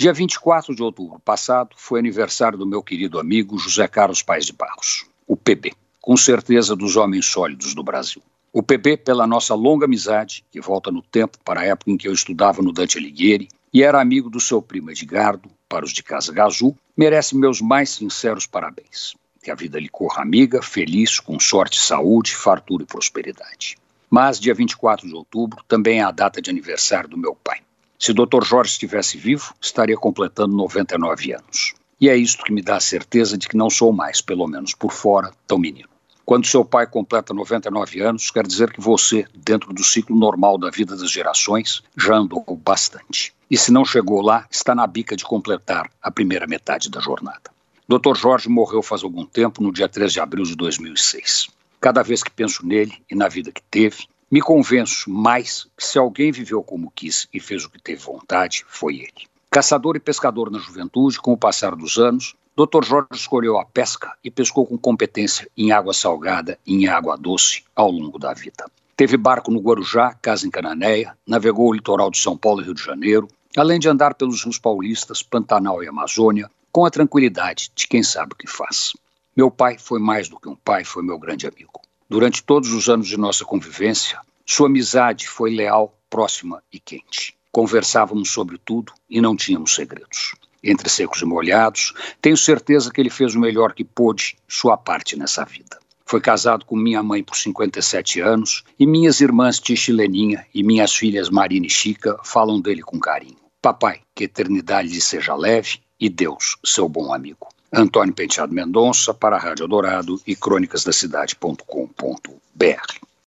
Dia 24 de outubro passado foi aniversário do meu querido amigo José Carlos Paes de Barros, o PB, com certeza dos homens sólidos do Brasil. O PB, pela nossa longa amizade, que volta no tempo para a época em que eu estudava no Dante Alighieri e era amigo do seu primo Edgardo, para os de Casa Gazul, merece meus mais sinceros parabéns. Que a vida lhe corra amiga, feliz, com sorte, saúde, fartura e prosperidade. Mas dia 24 de outubro também é a data de aniversário do meu pai. Se o Dr. Jorge estivesse vivo, estaria completando 99 anos. E é isto que me dá a certeza de que não sou mais, pelo menos por fora, tão menino. Quando seu pai completa 99 anos, quer dizer que você, dentro do ciclo normal da vida das gerações, já andou bastante. E se não chegou lá, está na bica de completar a primeira metade da jornada. Dr. Jorge morreu faz algum tempo, no dia 3 de abril de 2006. Cada vez que penso nele e na vida que teve, me convenço mais que se alguém viveu como quis e fez o que teve vontade, foi ele. Caçador e pescador na juventude, com o passar dos anos, Dr. Jorge escolheu a pesca e pescou com competência em água salgada e em água doce ao longo da vida. Teve barco no Guarujá, casa em Cananéia, navegou o litoral de São Paulo e Rio de Janeiro, além de andar pelos rios paulistas, Pantanal e Amazônia, com a tranquilidade de quem sabe o que faz. Meu pai foi mais do que um pai, foi meu grande amigo. Durante todos os anos de nossa convivência, sua amizade foi leal, próxima e quente. Conversávamos sobre tudo e não tínhamos segredos. Entre secos e molhados, tenho certeza que ele fez o melhor que pôde, sua parte nessa vida. Foi casado com minha mãe por 57 anos e minhas irmãs Ticha e Leninha e minhas filhas Marina e Chica falam dele com carinho. Papai, que a eternidade lhe seja leve e Deus, seu bom amigo. Antônio Penteado Mendonça, para a Rádio Eldorado e crônicasdacidade.com.br.